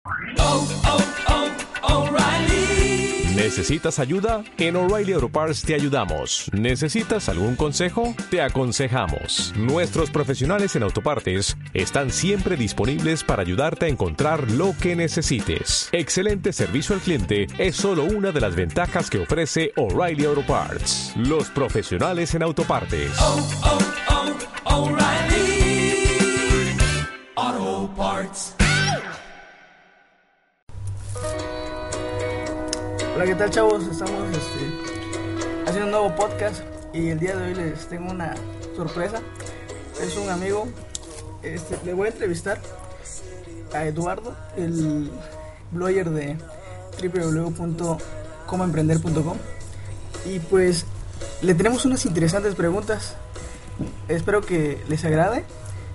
O'Reilly. ¿Necesitas ayuda? En O'Reilly Auto Parts te ayudamos. ¿Necesitas algún consejo? Te aconsejamos. Nuestros profesionales en autopartes están siempre disponibles para ayudarte a encontrar lo que necesites. Excelente servicio al cliente es solo una de las ventajas que ofrece O'Reilly Auto Parts. Los profesionales en autopartes. O'Reilly Auto Parts. Hola, ¿qué tal, chavos? Estamos haciendo un nuevo podcast y el día de hoy les tengo una sorpresa. Es un amigo, le voy a entrevistar a Eduardo, el blogger de www.comoemprender.com, y pues le tenemos unas interesantes preguntas. Espero que les agrade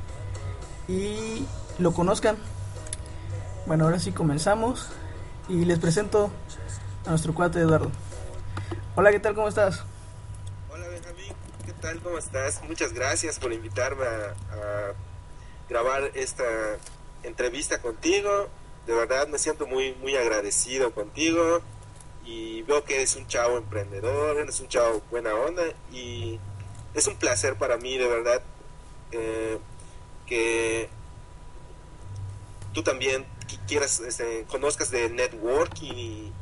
y lo conozcan. Bueno, ahora sí comenzamos y les presento a nuestro cuate Eduardo. Hola, ¿qué tal? ¿Cómo estás? Hola, Benjamín, ¿qué tal? ¿Cómo estás? Muchas gracias por invitarme a grabar esta entrevista contigo. De verdad me siento muy agradecido contigo y veo que eres un chavo emprendedor, eres un chavo buena onda y es un placer para mí, de verdad, que tú también quieras, conozcas de networking y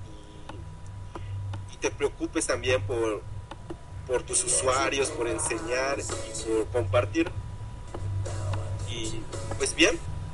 te preocupes también por tus usuarios, por enseñar y por compartir. Y pues bien,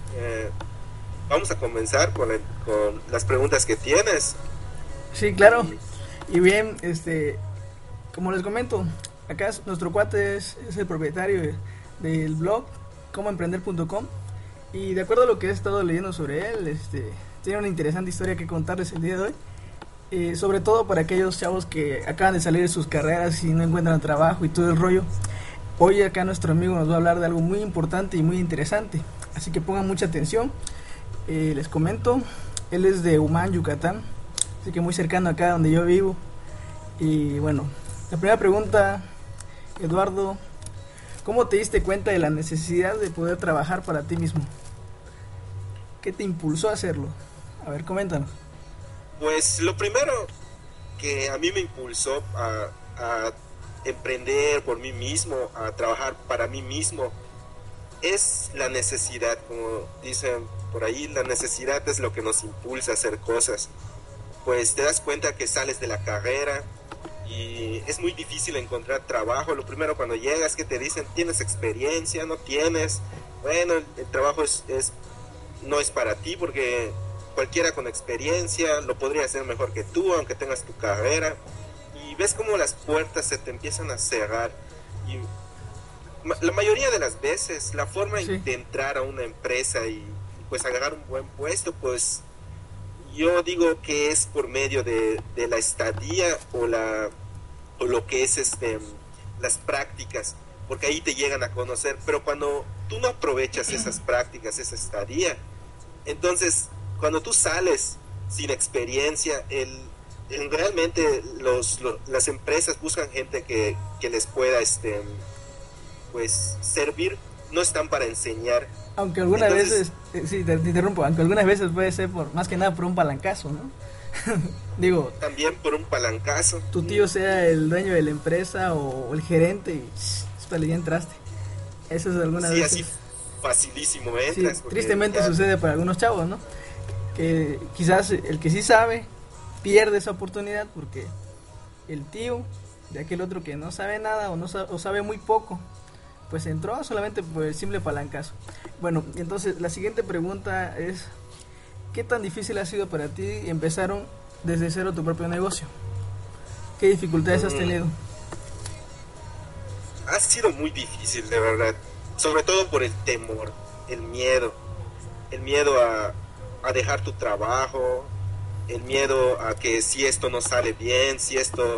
vamos a comenzar con las preguntas que tienes. Sí, claro. Y bien, como les comento, acá nuestro cuate es el propietario del blog comoemprender.com, y de acuerdo a lo que he estado leyendo sobre él, tiene una interesante historia que contarles el día de hoy. Sobre todo para aquellos chavos que acaban de salir de sus carreras y no encuentran trabajo y todo el rollo. Hoy acá nuestro amigo nos va a hablar de algo muy importante y muy interesante, así que pongan mucha atención. Les comento, él es de Humán, Yucatán, así que muy cercano acá donde yo vivo. Y bueno, la primera pregunta, Eduardo, ¿cómo te diste cuenta de la necesidad de poder trabajar para ti mismo? ¿Qué te impulsó a hacerlo? A ver, coméntanos. Pues lo primero que a mí me impulsó a emprender por mí mismo, a trabajar para mí mismo, es la necesidad. Como dicen por ahí, la necesidad es lo que nos impulsa a hacer cosas. Pues te das cuenta que sales de la carrera y es muy difícil encontrar trabajo. Lo primero cuando llegas que te dicen, ¿tienes experiencia? ¿No tienes? Bueno, el trabajo no es para ti, porque cualquiera con experiencia lo podría hacer mejor que tú, aunque tengas tu carrera. Y ves como las puertas se te empiezan a cerrar. Y la mayoría de las veces, la forma de entrar a una empresa y pues agarrar un buen puesto, pues yo digo que es por medio de la estadía o lo que es las prácticas, porque ahí te llegan a conocer. Pero cuando tú no aprovechas esas prácticas, esa estadía, entonces cuando tú sales sin experiencia, realmente las empresas buscan gente que les pueda pues servir, no están para enseñar. Aunque algunas veces, sí, te interrumpo, aunque algunas veces puede ser más que nada por un palancazo, ¿no? Digo, también por un palancazo. Tu tío sea el dueño de la empresa o el gerente y ya entraste. Eso es algunas veces. Sí, así facilísimo entras. Sí, tristemente sucede para algunos chavos, ¿no? Que quizás el que sí sabe pierde esa oportunidad porque el tío de aquel otro que no sabe nada o sabe muy poco, pues entró solamente por el simple palancazo. Bueno, entonces la siguiente pregunta es, ¿qué tan difícil ha sido para ti empezar desde cero tu propio negocio? ¿Qué dificultades has tenido? Ha sido muy difícil, de verdad, sobre todo por el temor, el miedo a dejar tu trabajo, el miedo a que si esto no sale bien, si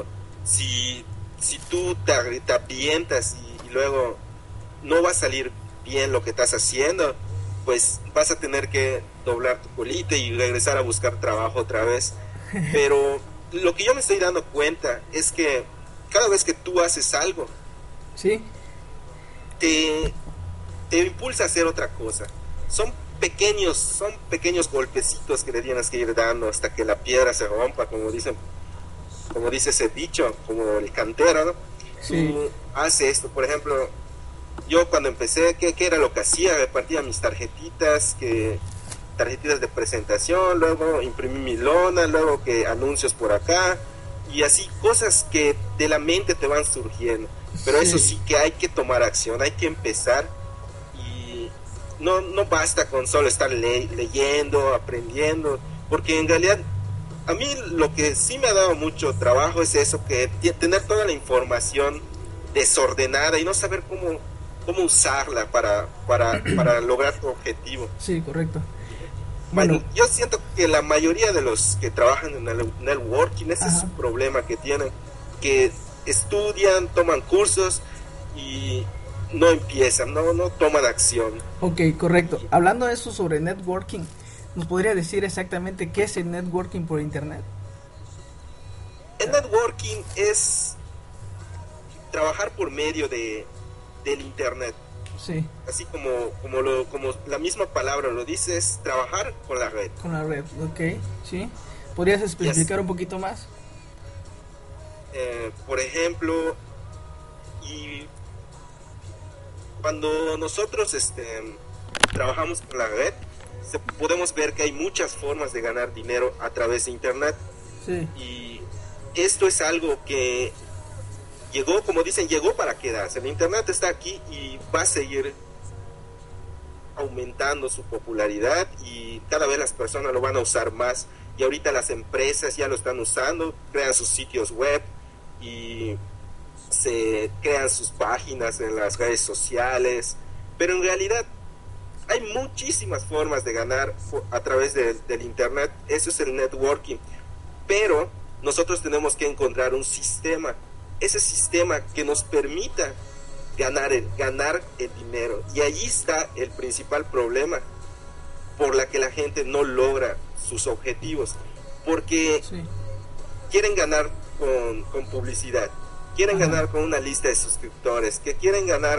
tú te avientas y luego no va a salir bien lo que estás haciendo, pues vas a tener que doblar tu colita y regresar a buscar trabajo otra vez. Pero lo que yo me estoy dando cuenta es que cada vez que tú haces algo, ¿sí?, te impulsa a hacer otra cosa. Son son pequeños golpecitos que le tienes que ir dando hasta que la piedra se rompa, como dice ese dicho, como el cantero, ¿no? Sí. Tú haces esto, por ejemplo, yo cuando empecé, ¿qué era lo que hacía? Repartía mis tarjetitas de presentación, luego imprimí mi lona, luego que anuncios por acá, y así cosas que de la mente te van surgiendo. Pero eso sí que hay que tomar acción, hay que empezar, y no basta con solo estar leyendo, aprendiendo, porque en realidad a mí lo que sí me ha dado mucho trabajo es eso, que tener toda la información desordenada y no saber cómo usarla para lograr tu objetivo. Sí, correcto. Bueno, yo siento que la mayoría de los que trabajan en el networking, ese es un problema que tienen, que estudian, toman cursos y no empiezan, no toman acción. Ok, correcto. Hablando de eso sobre networking, ¿nos podría decir exactamente qué es el networking por internet? El networking es trabajar por medio del internet. Sí. Así como la misma palabra lo dice, es trabajar con la red. Con la red, ok, sí. ¿Podrías especificar un poquito más? Por ejemplo, y cuando nosotros trabajamos con la red, podemos ver que hay muchas formas de ganar dinero a través de internet. Sí. Y esto es algo que llegó, como dicen, llegó para quedarse. El internet está aquí y va a seguir aumentando su popularidad, y cada vez las personas lo van a usar más. Y ahorita las empresas ya lo están usando, crean sus sitios web y se crean sus páginas en las redes sociales. Pero en realidad hay muchísimas formas de ganar a través del internet. Eso es el networking. Pero nosotros tenemos que encontrar un sistema, ese sistema que nos permita ganar el dinero. Y allí está el principal problema por la que la gente no logra sus objetivos, porque quieren ganar con publicidad, quieren ganar con una lista de suscriptores, que quieren ganar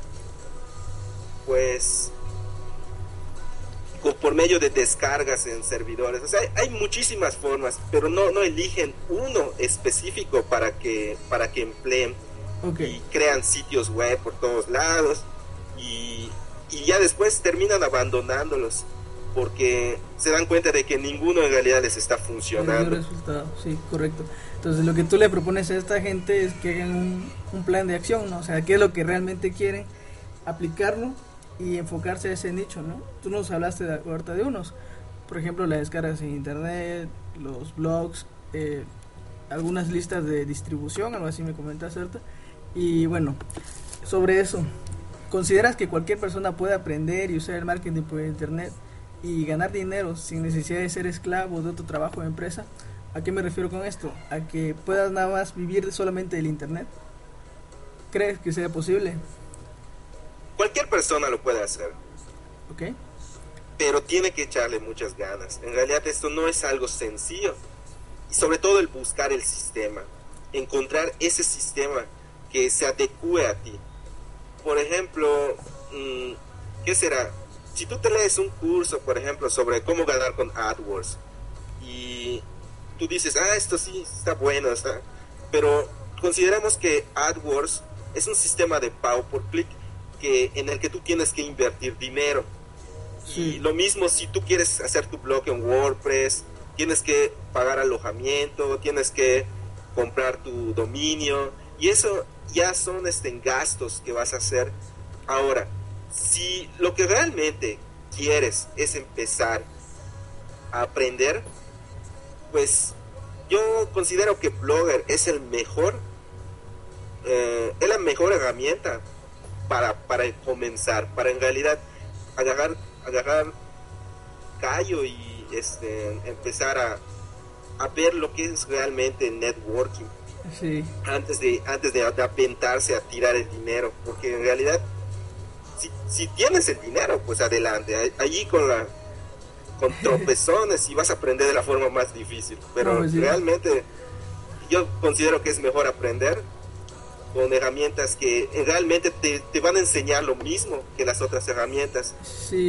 por medio de descargas en servidores. O sea, hay muchísimas formas, pero no eligen uno específico para que empleen. Y crean sitios web por todos lados, y ya después terminan abandonándolos porque se dan cuenta de que ninguno en realidad les está funcionando. Resultado. Sí, correcto. Entonces lo que tú le propones a esta gente es que hagan un plan de acción, ¿no? O sea, qué es lo que realmente quieren, aplicarlo y enfocarse a ese nicho, ¿no? Tú nos hablaste ahorita de unos, por ejemplo, las descargas en internet, los blogs, algunas listas de distribución, algo así me comentaste ahorita. Y bueno, sobre eso, ¿consideras que cualquier persona puede aprender y usar el marketing por internet y ganar dinero sin necesidad de ser esclavo de otro trabajo de empresa? ¿A qué me refiero con esto? ¿A que puedas nada más vivir solamente del internet? ¿Crees que sea posible? Cualquier persona lo puede hacer. Ok. Pero tiene que echarle muchas ganas. En realidad esto no es algo sencillo. Y sobre todo el buscar el sistema. Encontrar ese sistema que se adecue a ti. Por ejemplo, ¿qué será? Si tú te lees un curso, por ejemplo, sobre cómo ganar con AdWords, y tú dices, esto sí está bueno, pero consideramos que AdWords es un sistema de pago por clic en el que tú tienes que invertir dinero. Sí. Y lo mismo si tú quieres hacer tu blog en WordPress, tienes que pagar alojamiento, tienes que comprar tu dominio, y eso ya son gastos que vas a hacer. Ahora, si lo que realmente quieres es empezar a aprender, pues yo considero que Blogger es es la mejor herramienta para comenzar, para en realidad agarrar callo y empezar a ver lo que es realmente networking. Sí. Antes de aventarse a tirar el dinero, porque en realidad si tienes el dinero, pues adelante, allí con tropezones, y vas a aprender de la forma más difícil, pero realmente yo considero que es mejor aprender con herramientas que realmente te van a enseñar lo mismo que las otras herramientas. Sí,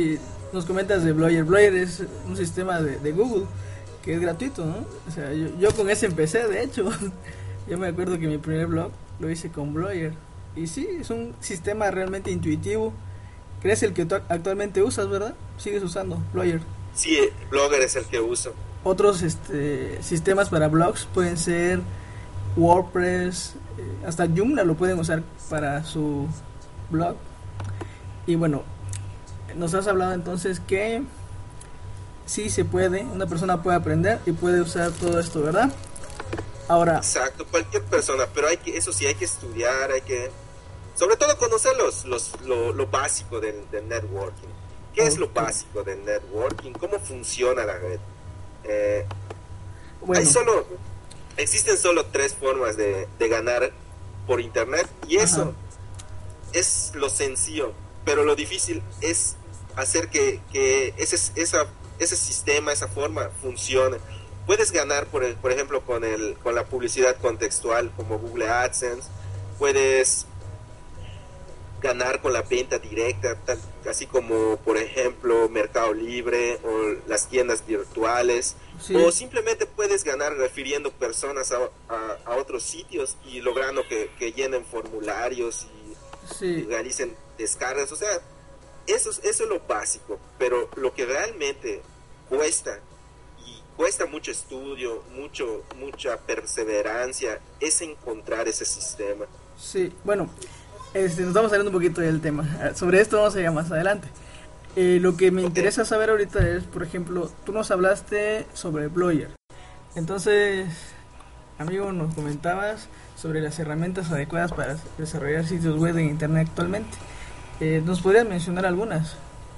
nos comentas de Blogger. Blogger es un sistema de Google que es gratuito, ¿no? O sea, yo con ese empecé, de hecho. Yo me acuerdo que mi primer blog lo hice con Blogger. Y sí, es un sistema realmente intuitivo. ¿Crees el que tú actualmente usas, verdad? ¿Sigues usando Blogger? Sí, Blogger es el que uso. Otros sistemas para blogs pueden ser WordPress, hasta Joomla lo pueden usar para su blog. Y bueno, nos has hablado entonces que sí se puede, una persona puede aprender y puede usar todo esto, ¿verdad? Ahora, exacto, cualquier persona, pero eso sí, hay que estudiar, hay que, sobre todo conocer lo básico del networking. ¿Qué es lo básico del networking? ¿Cómo funciona la red? bueno, Existen solo 3 formas de ganar por internet, y eso ajá, es lo sencillo, pero lo difícil es hacer que ese sistema, esa forma funcione. Puedes ganar por ejemplo con la publicidad contextual como Google AdSense, puedes ganar con la venta directa, así como por ejemplo Mercado Libre o las tiendas virtuales, sí, o simplemente puedes ganar refiriendo personas a otros sitios y logrando que llenen formularios y sí, realicen descargas. O sea, eso es lo básico, pero lo que realmente cuesta, y cuesta mucho estudio, mucha perseverancia, es encontrar ese sistema. sí. Bueno, nos estamos saliendo un poquito del tema. Sobre esto vamos a ir más adelante. Lo que me interesa saber ahorita es, por ejemplo, tú nos hablaste sobre Blogger. Entonces, amigo, nos comentabas sobre las herramientas adecuadas para desarrollar sitios web en internet actualmente. ¿Nos podrías mencionar algunas?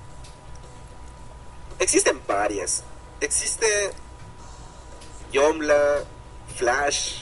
Existen varias. Existe Joomla, Flash,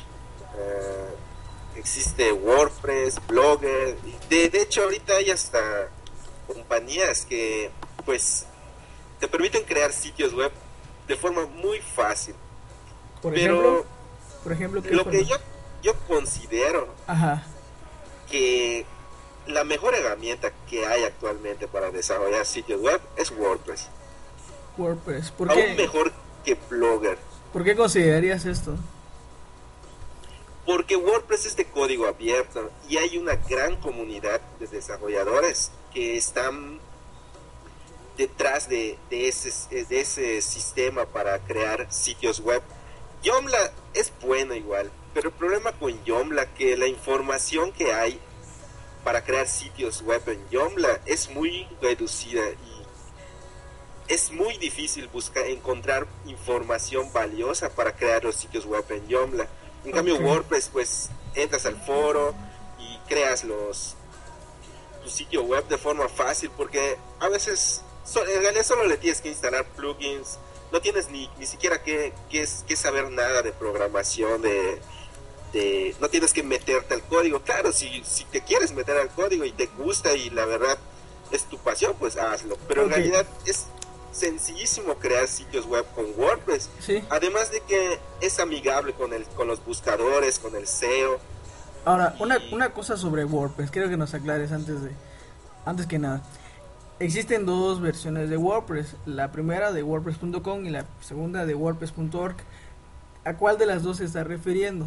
existe WordPress, Blogger. De hecho, ahorita hay hasta compañías que pues te permiten crear sitios web de forma muy fácil. Por Pero ejemplo, ¿qué lo forma? que yo considero Ajá, que la mejor herramienta que hay actualmente para desarrollar sitios web es WordPress. WordPress. Aún mejor que Blogger. ¿Por qué considerarías esto? Porque WordPress es de código abierto y hay una gran comunidad de desarrolladores que están detrás de ese sistema para crear sitios web. Joomla es bueno igual, pero el problema con Joomla que la información que hay para crear sitios web en Joomla es muy reducida y es muy difícil encontrar información valiosa para crear los sitios web en Joomla. En cambio WordPress, pues entras al foro y creas tu sitio web de forma fácil, porque a veces en realidad solo le tienes que instalar plugins, no tienes ni siquiera que saber nada de programación, no tienes que meterte al código. Claro, si te quieres meter al código y te gusta y la verdad es tu pasión, pues hazlo, pero en realidad es sencillísimo crear sitios web con WordPress. Sí. Además de que es amigable con los buscadores, con el SEO. Ahora, una cosa sobre WordPress, quiero que nos aclares antes que nada. Existen 2 versiones de WordPress, la primera de WordPress.com y la segunda de WordPress.org. ¿A cuál de las dos se está refiriendo?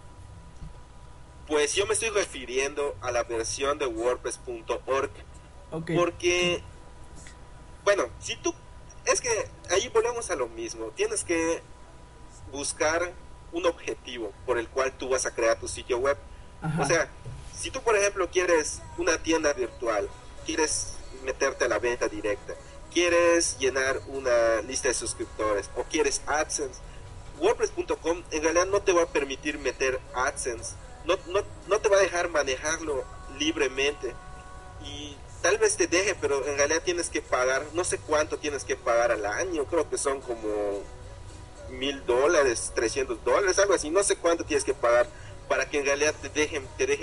Pues yo me estoy refiriendo a la versión de WordPress.org, porque, bueno, es que ahí volvemos a lo mismo, tienes que buscar un objetivo por el cual tú vas a crear tu sitio web. Ajá. O sea, si tú por ejemplo quieres una tienda virtual, quieres meterte a la venta directa, quieres llenar una lista de suscriptores o quieres AdSense, WordPress.com en realidad no te va a permitir meter AdSense, no te va a dejar manejarlo libremente, y tal vez te deje, pero en realidad tienes que pagar, no sé cuánto tienes que pagar al año, creo que son como $1,000, $300, algo así, no sé cuánto tienes que pagar para que en realidad te dejen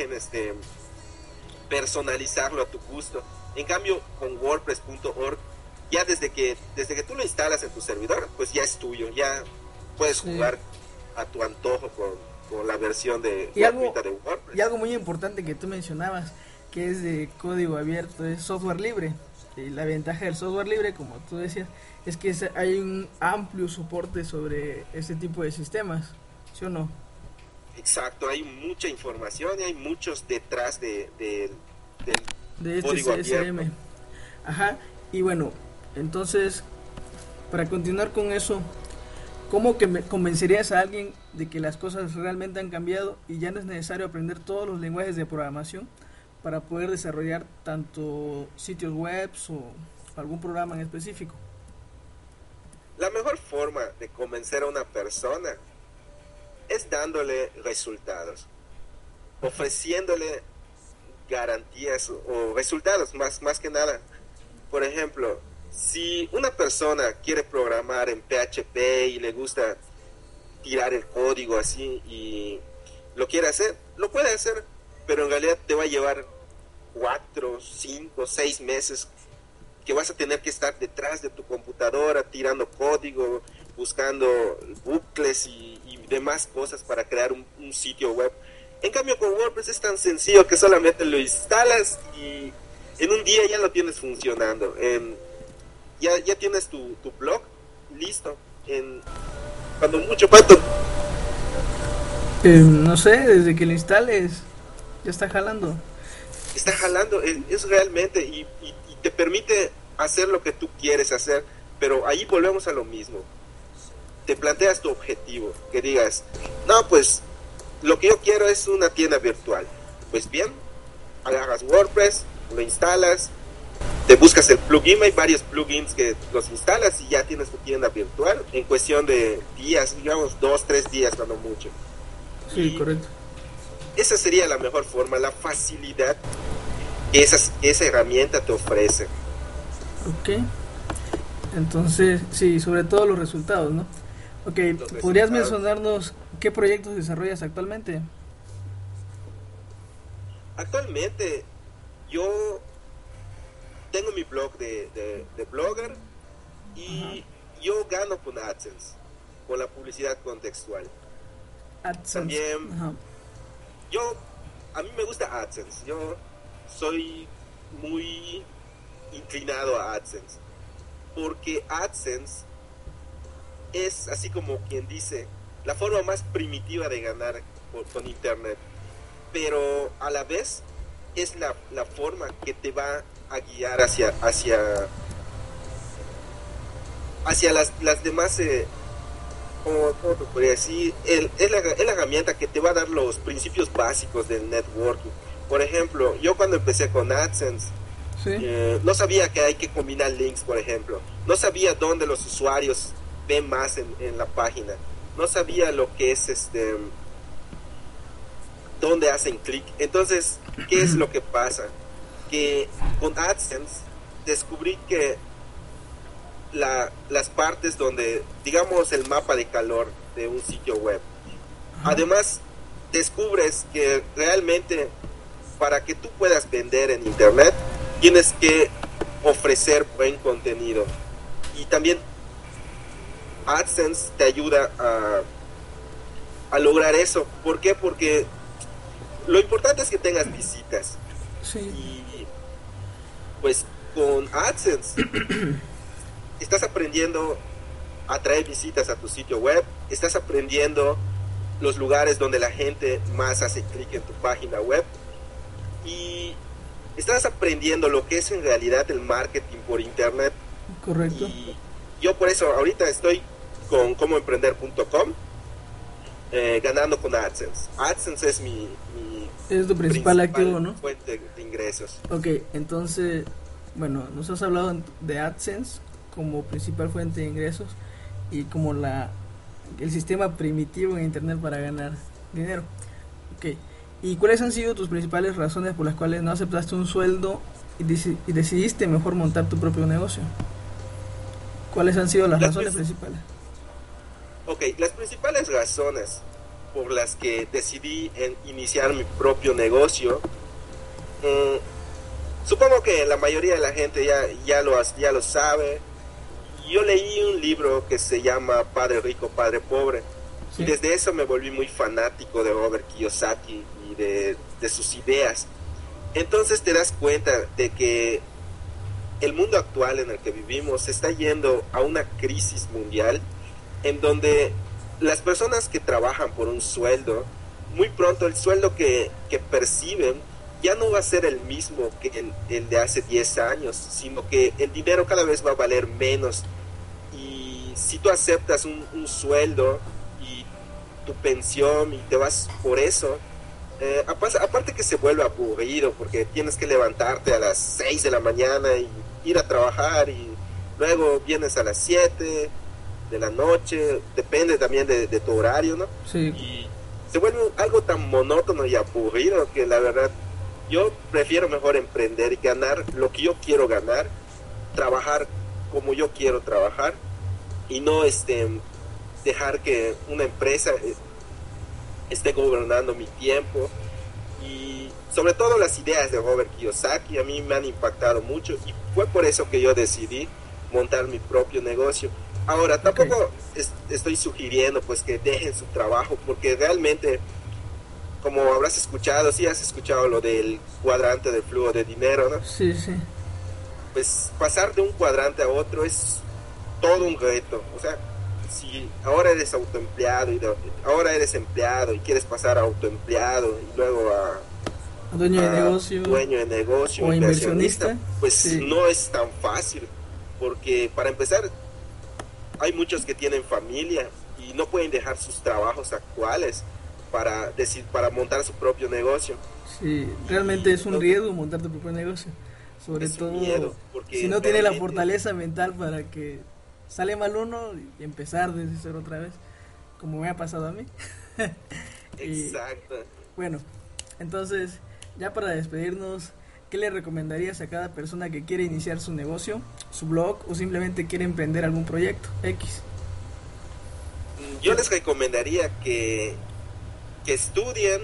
personalizarlo a tu gusto. En cambio con WordPress.org ya desde que tú lo instalas en tu servidor, pues ya es tuyo, ya puedes jugar a tu antojo con la versión gratuita de WordPress. Y algo muy importante que tú mencionabas, que es de código abierto, es software libre. y la ventaja del software libre, como tú decías, es que hay un amplio soporte sobre este tipo de sistemas, ¿sí o no? Exacto, hay mucha información y hay muchos detrás del De este código CSM. abierto. Ajá, y bueno, entonces, para continuar con eso, ¿cómo que me convencerías a alguien de que las cosas realmente han cambiado y ya no es necesario aprender todos los lenguajes de programación para poder desarrollar tanto sitios web o algún programa en específico? La mejor forma de convencer a una persona es dándole resultados, ofreciéndole garantías o resultados, más que nada. Por ejemplo, si una persona quiere programar en PHP y le gusta tirar el código así y lo quiere hacer, lo puede hacer, pero en realidad te va a llevar 4, 5, 6 meses que vas a tener que estar detrás de tu computadora tirando código, buscando bucles y demás cosas para crear un sitio web. En cambio con WordPress es tan sencillo que solamente lo instalas y en un día ya lo tienes funcionando. Ya tienes tu blog listo. Cuando mucho cuánto. No sé, desde que lo instales ya está jalando. Está jalando, es realmente y te permite hacer lo que tú quieres hacer, pero ahí volvemos a lo mismo. Te planteas tu objetivo, que digas, no, pues lo que yo quiero es una tienda virtual. Pues bien, agarras WordPress, lo instalas, te buscas el plugin, hay varios plugins que los instalas y ya tienes tu tienda virtual en cuestión de días, digamos 2-3 días cuando mucho. Sí, correcto. Esa sería la mejor forma, la facilidad que esa herramienta te ofrece. Ok. Entonces, sí, sobre todo los resultados, ¿no? Ok, ¿podrías mencionarnos qué proyectos desarrollas actualmente? Actualmente yo tengo mi blog de blogger y yo gano con AdSense, con la publicidad contextual. AdSense. También a mí me gusta AdSense, yo soy muy inclinado a AdSense, porque AdSense es, así como quien dice, la forma más primitiva de ganar con internet, pero a la vez es la forma que te va a guiar hacia las demás, ¿cómo te podría decir? Es la herramienta que te va a dar los principios básicos del networking. Por ejemplo, yo cuando empecé con AdSense, ¿sí? No sabía que hay que combinar links, por ejemplo. No sabía dónde los usuarios ven más en la página. No sabía lo que es dónde hacen clic. Entonces, ¿qué es lo que pasa? Que con AdSense descubrí que las partes donde, digamos, el mapa de calor de un sitio web. Además, descubres que realmente para que tú puedas vender en internet tienes que ofrecer buen contenido, y también AdSense te ayuda a lograr eso. ¿Por qué? Porque lo importante es que tengas visitas. Sí. Y pues con AdSense estás aprendiendo a traer visitas a tu sitio web, estás aprendiendo los lugares donde la gente más hace clic en tu página web, y estás aprendiendo lo que es en realidad el marketing por internet. Correcto. Y yo por eso ahorita estoy con comoemprender.com, ganando con AdSense. AdSense es es tu principal activo, ¿no? Fuente de ingresos. Ok, entonces, bueno, nos has hablado de AdSense como principal fuente de ingresos y como el sistema primitivo en internet para ganar dinero. Ok, ¿y cuáles han sido tus principales razones por las cuales no aceptaste un sueldo y decidiste mejor montar tu propio negocio? ¿Cuáles han sido las razones principales? Ok, las principales razones por las que decidí iniciar mi propio negocio, supongo que la mayoría de la gente ya lo sabe. Yo leí un libro que se llama Padre Rico, Padre Pobre, sí. Y desde eso me volví muy fanático de Robert Kiyosaki y de sus ideas. Entonces te das cuenta de que el mundo actual en el que vivimos se está yendo a una crisis mundial en donde las personas que trabajan por un sueldo, muy pronto el sueldo que perciben ya no va a ser el mismo que el de hace 10 años, sino que el dinero cada vez va a valer menos. Y si tú aceptas un sueldo y tu pensión y te vas por eso, aparte que se vuelve aburrido porque tienes que levantarte a las 6 de la mañana y ir a trabajar y luego vienes a las 7 de la noche, depende también de tu horario, ¿no? Sí. Y se vuelve algo tan monótono y aburrido que la verdad yo prefiero mejor emprender y ganar lo que yo quiero ganar, trabajar como yo quiero trabajar y no dejar que una empresa esté gobernando mi tiempo. Y sobre todo las ideas de Robert Kiyosaki a mí me han impactado mucho y fue por eso que yo decidí montar mi propio negocio. Ahora, tampoco estoy sugiriendo pues que dejen su trabajo, porque realmente, como habrás escuchado, sí has escuchado lo del cuadrante del flujo de dinero, ¿no? Sí, sí. Pues pasar de un cuadrante a otro es todo un reto. O sea, si ahora eres autoempleado y ahora eres empleado y quieres pasar a autoempleado y luego a dueño de negocio o inversionista, pues sí. No es tan fácil, porque para empezar hay muchos que tienen familia y no pueden dejar sus trabajos actuales para montar su propio negocio. Sí, realmente es un riesgo montar tu propio negocio, sobre todo miedo, porque si no tiene la fortaleza mental para que sale mal uno y empezar desde cero otra vez, como me ha pasado a mí. Exacto. Bueno, entonces, ya para despedirnos, ¿qué le recomendarías a cada persona que quiere iniciar su negocio, su blog o simplemente quiere emprender algún proyecto X? Yo les recomendaría que estudien,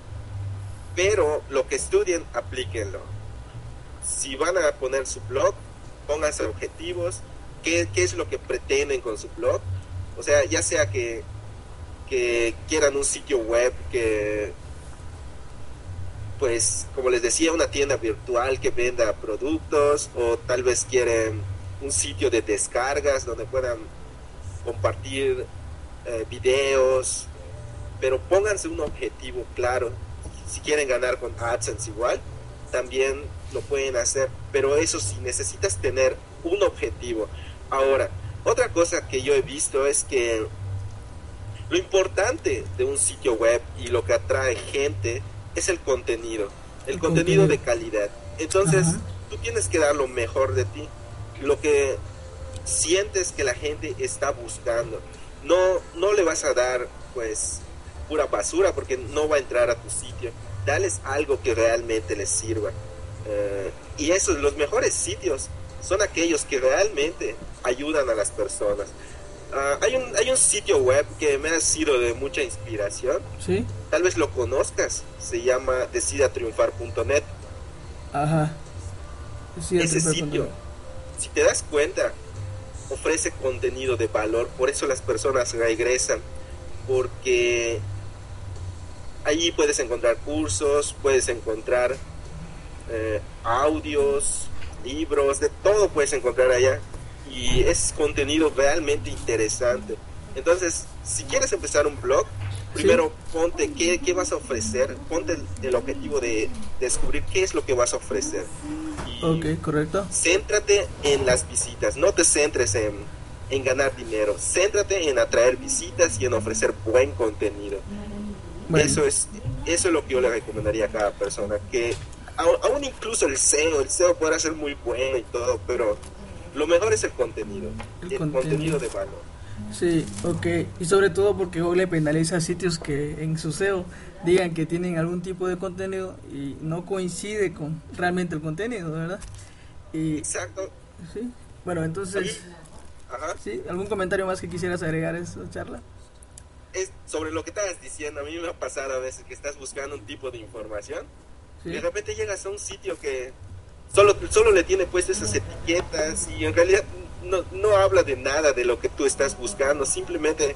pero lo que estudien, aplíquenlo. Si van a poner su blog, pónganse objetivos, qué es lo que pretenden con su blog. O sea, ya sea que quieran un sitio web que, pues, como les decía, una tienda virtual que venda productos, o tal vez quieren un sitio de descargas donde puedan compartir videos, pero pónganse un objetivo claro. Si quieren ganar con AdSense igual, también lo pueden hacer, pero eso sí, necesitas tener un objetivo. Ahora, otra cosa que yo he visto es que lo importante de un sitio web y lo que atrae gente es el contenido de calidad. Entonces, tú tienes que dar lo mejor de ti, lo que sientes que la gente está buscando. No le vas a dar, pues, pura basura, porque no va a entrar a tu sitio. Dales algo que realmente les sirva. Y esos, los mejores sitios son aquellos que realmente ayudan a las personas. Hay un sitio web que me ha sido de mucha inspiración. ¿Sí? Tal vez lo conozcas. Se llama decidatriunfar.net. Ajá. Ese sitio, si te das cuenta, ofrece contenido de valor. Por eso las personas regresan, porque allí puedes encontrar cursos, puedes encontrar audios, libros, de todo puedes encontrar allá, y es contenido realmente interesante. Entonces, si quieres empezar un blog, primero ponte qué vas a ofrecer, ponte el objetivo de descubrir qué es lo que vas a ofrecer. Y ok, correcto. céntrate en las visitas, no te centres en ganar dinero, céntrate en atraer visitas y en ofrecer buen contenido. Bueno. Eso es lo que yo le recomendaría a cada persona, que aún incluso el SEO podrá ser muy bueno y todo, pero lo mejor es el contenido de valor. Sí, ok, y sobre todo porque Google penaliza sitios que en su SEO digan que tienen algún tipo de contenido y no coincide con realmente el contenido, ¿verdad? Exacto. Sí, bueno, entonces, ¿sí? ¿Algún comentario más que quisieras agregar a esta charla? Es sobre lo que estabas diciendo. A mí me ha pasado a veces que estás buscando un tipo de información, ¿sí? Y de repente llegas a un sitio que solo le tiene puestas esas etiquetas y en realidad no habla de nada de lo que tú estás buscando. Simplemente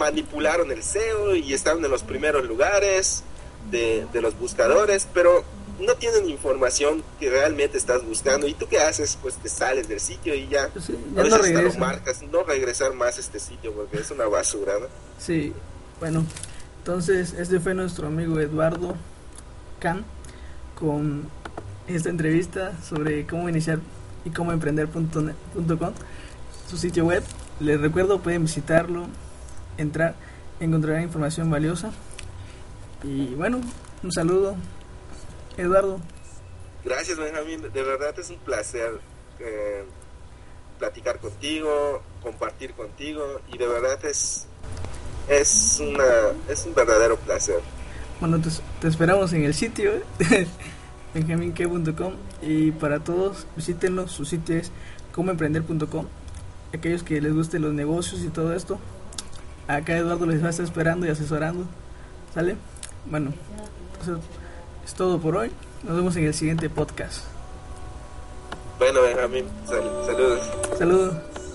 manipularon el SEO y están en los primeros lugares de los buscadores, pero no tienen información que realmente estás buscando. ¿Y tú qué haces? Pues te sales del sitio y ya, Pues sí, a ya veces no hasta lo regresan. marcas, no regresar más a este sitio porque es una basura, ¿no? Sí, bueno, entonces este fue nuestro amigo Eduardo Can con esta entrevista sobre cómo iniciar y cómo emprender.com, su sitio web. Les recuerdo, pueden visitarlo, entrar, encontrarán información valiosa. Y bueno, un saludo, Eduardo. Gracias, Benjamín, de verdad es un placer platicar contigo, compartir contigo, y de verdad es un verdadero placer. Bueno, te esperamos en el sitio benjaminque.com, y para todos visítenlo, su sitio es comoemprender.com. Aquellos que les gusten los negocios y todo esto, acá Eduardo les va a estar esperando y asesorando. ¿Sale? Bueno, eso es todo por hoy. Nos vemos en el siguiente podcast. Bueno, Benjamín, saludos. Saludos.